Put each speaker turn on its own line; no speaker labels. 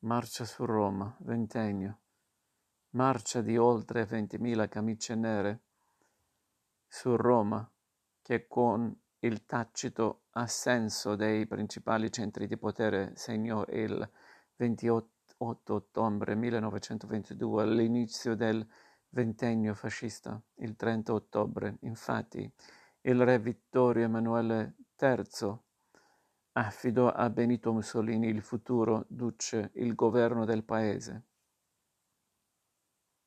Marcia su Roma, ventennio. Marcia di oltre 20.000 camicie nere su Roma, che con il tacito assenso dei principali centri di potere segnò il 28 ottobre 1922 l'inizio del ventennio fascista. Il 30 ottobre, infatti, il re Vittorio Emanuele III affidò a Benito Mussolini, il futuro duce, il governo del paese.